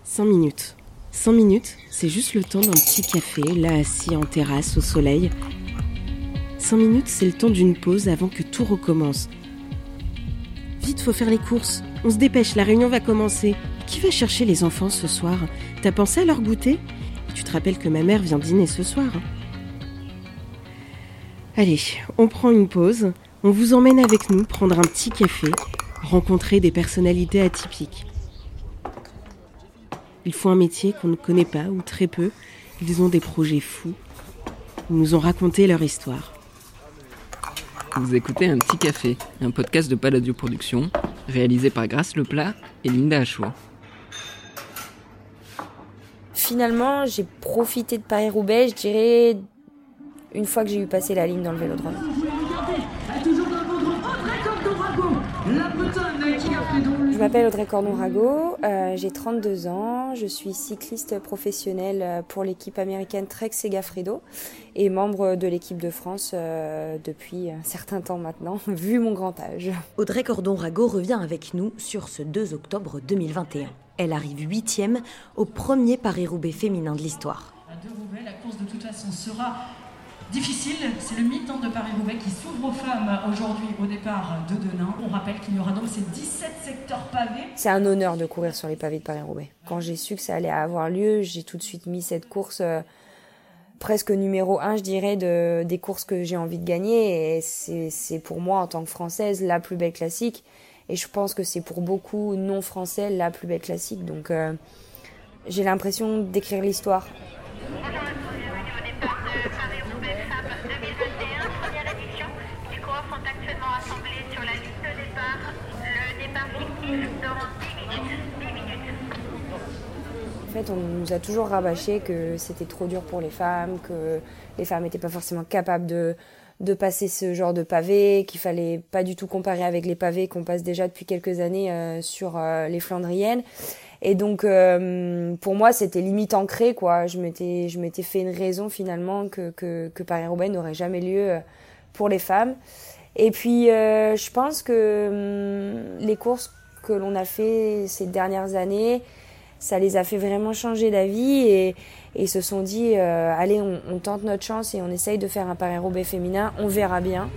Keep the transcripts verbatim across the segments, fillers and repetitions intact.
Cinq minutes. Cinq minutes, c'est juste le temps d'un petit café, là assis en terrasse au soleil. Cinq minutes, c'est le temps d'une pause avant que tout recommence. Vite, faut faire les courses. On se dépêche, la réunion va commencer. Qui va chercher les enfants ce soir ? T'as pensé à leur goûter ? Tu te rappelles que ma mère vient dîner ce soir. Allez, on prend une pause. On vous emmène avec nous prendre un petit café, rencontrer des personnalités atypiques. Ils font un métier qu'on ne connaît pas ou très peu. Ils ont des projets fous. Ils nous ont raconté leur histoire. Vous écoutez Un Petit Café, un podcast de Palladio Productions, réalisé par Grace Leplat et Linda Achour. Finalement, j'ai profité de Paris-Roubaix, je dirais, une fois que j'ai eu passé la ligne dans le vélodrome. Je m'appelle Audrey Cordon-Rago, euh, j'ai trente-deux ans, je suis cycliste professionnelle pour l'équipe américaine Trek Segafredo et membre de l'équipe de France euh, depuis un certain temps maintenant, vu mon grand âge. Audrey Cordon-Rago revient avec nous sur ce deux octobre deux mille vingt et un. Elle arrive huitième au premier Paris-Roubaix féminin de l'histoire. À deux Roubaix, la course de toute façon sera difficile. C'est le mythe de Paris-Roubaix qui s'ouvre aux femmes aujourd'hui au départ de Denain. On rappelle qu'il y aura donc ces dix-sept secteurs pavés. C'est un honneur de courir sur les pavés de Paris-Roubaix. Quand j'ai su que ça allait avoir lieu, j'ai tout de suite mis cette course euh, presque numéro un, je dirais, de, des courses que j'ai envie de gagner. Et c'est, c'est pour moi, en tant que Française, la plus belle classique. Et je pense que c'est pour beaucoup non-français la plus belle classique. Donc euh, j'ai l'impression d'écrire l'histoire. En fait, on nous a toujours rabâché que c'était trop dur pour les femmes, que les femmes n'étaient pas forcément capables de, de passer ce genre de pavé, qu'il fallait pas du tout comparer avec les pavés qu'on passe déjà depuis quelques années euh, sur euh, les Flandriennes. Et donc, euh, pour moi, c'était limite ancré, quoi. Je m'étais, je m'étais fait une raison, finalement, que, que, que Paris-Roubaix n'aurait jamais lieu pour les femmes. Et puis, euh, je pense que hum, les courses que l'on a fait ces dernières années, ça les a fait vraiment changer d'avis et, et se sont dit euh, allez, on, on tente notre chance et on essaye de faire un Paris-Roubaix féminin, on verra bien.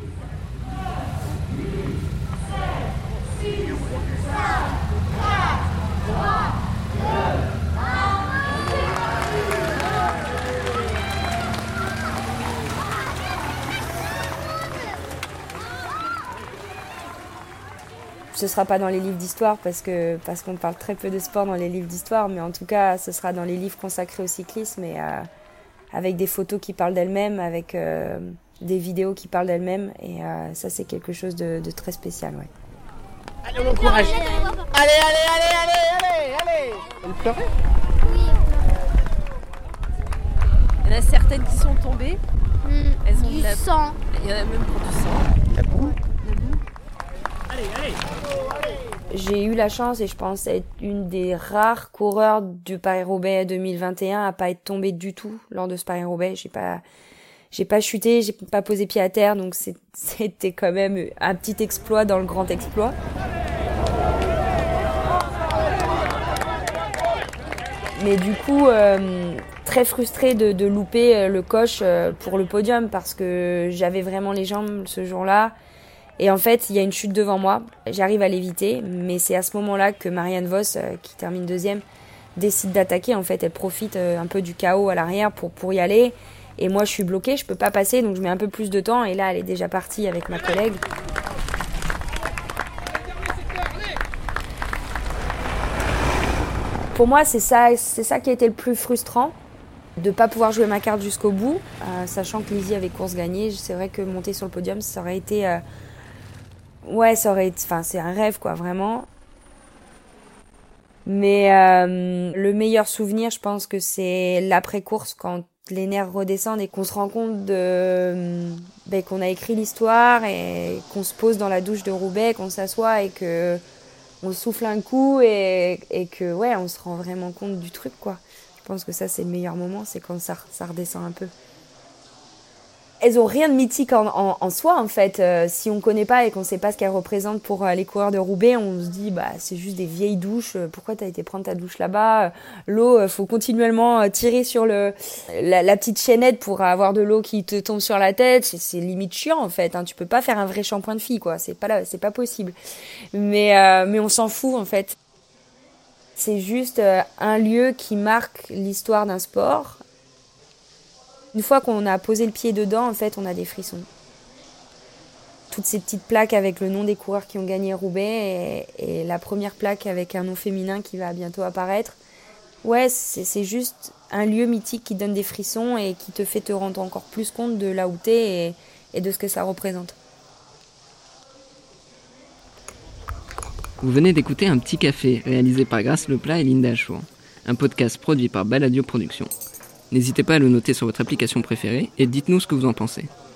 Ce sera pas dans les livres d'histoire parce que parce qu'on parle très peu de sport dans les livres d'histoire, mais en tout cas, ce sera dans les livres consacrés au cyclisme et euh, avec des photos qui parlent d'elles-mêmes, avec euh, des vidéos qui parlent d'elles-mêmes, et euh, ça, c'est quelque chose de, de très spécial, ouais. Allez, bon courage. Allez, allez, allez, allez, allez, allez. Elle pleurait ? Oui. Il y en a certaines qui sont tombées. Mmh, Elles ont du de la... sang. Il y en a même pour du sang. La boue. Allez, allez. J'ai eu la chance, et je pense être une des rares coureurs du Paris-Roubaix deux mille vingt et un à pas être tombée du tout lors de ce Paris-Roubaix. J'ai pas, j'ai pas chuté, j'ai pas posé pied à terre, donc c'est, c'était quand même un petit exploit dans le grand exploit. Mais du coup, euh, très frustrée de, de louper le coche pour le podium parce que j'avais vraiment les jambes ce jour-là. Et en fait, il y a une chute devant moi. J'arrive à l'éviter, mais c'est à ce moment-là que Marianne Vos, euh, qui termine deuxième, décide d'attaquer. En fait, elle profite euh, un peu du chaos à l'arrière pour, pour y aller. Et moi, je suis bloquée, je peux pas passer, donc je mets un peu plus de temps. Et là, elle est déjà partie avec ma collègue. Pour moi, c'est ça, c'est ça qui a été le plus frustrant, de pas pouvoir jouer ma carte jusqu'au bout, euh, sachant que Lizzie avait course gagnée. C'est vrai que monter sur le podium, ça aurait été... Euh, Ouais, ça aurait été, enfin, c'est un rêve, quoi, vraiment. Mais euh, le meilleur souvenir, je pense que c'est l'après-course, quand les nerfs redescendent et qu'on se rend compte de, ben, qu'on a écrit l'histoire et qu'on se pose dans la douche de Roubaix, qu'on s'assoit et que on souffle un coup et, et que, ouais, on se rend vraiment compte du truc, quoi. Je pense que ça, c'est le meilleur moment, c'est quand ça, ça redescend un peu. elles ont rien de mythique en, en, en soi en fait. Euh, si on connaît pas et qu'on sait pas ce qu'elles représentent pour euh, les coureurs de Roubaix, on se dit bah c'est juste des vieilles douches. Pourquoi t'as été prendre ta douche là-bas? L'eau, faut continuellement tirer sur le la, la petite chaînette pour avoir de l'eau qui te tombe sur la tête. C'est, c'est limite chiant en fait. Hein. Tu peux pas faire un vrai shampoing de fille quoi. C'est pas là, c'est pas possible. Mais euh, mais on s'en fout en fait. C'est juste euh, un lieu qui marque l'histoire d'un sport. Une fois qu'on a posé le pied dedans, en fait, on a des frissons. Toutes ces petites plaques avec le nom des coureurs qui ont gagné Roubaix et, et la première plaque avec un nom féminin qui va bientôt apparaître. Ouais, c'est, c'est juste un lieu mythique qui donne des frissons et qui te fait te rendre encore plus compte de là où t'es et, et de ce que ça représente. Vous venez d'écouter Un Petit Café, réalisé par Grace Leplat et Linda Achour, un podcast produit par Baladio Productions. N'hésitez pas à le noter sur votre application préférée et dites-nous ce que vous en pensez.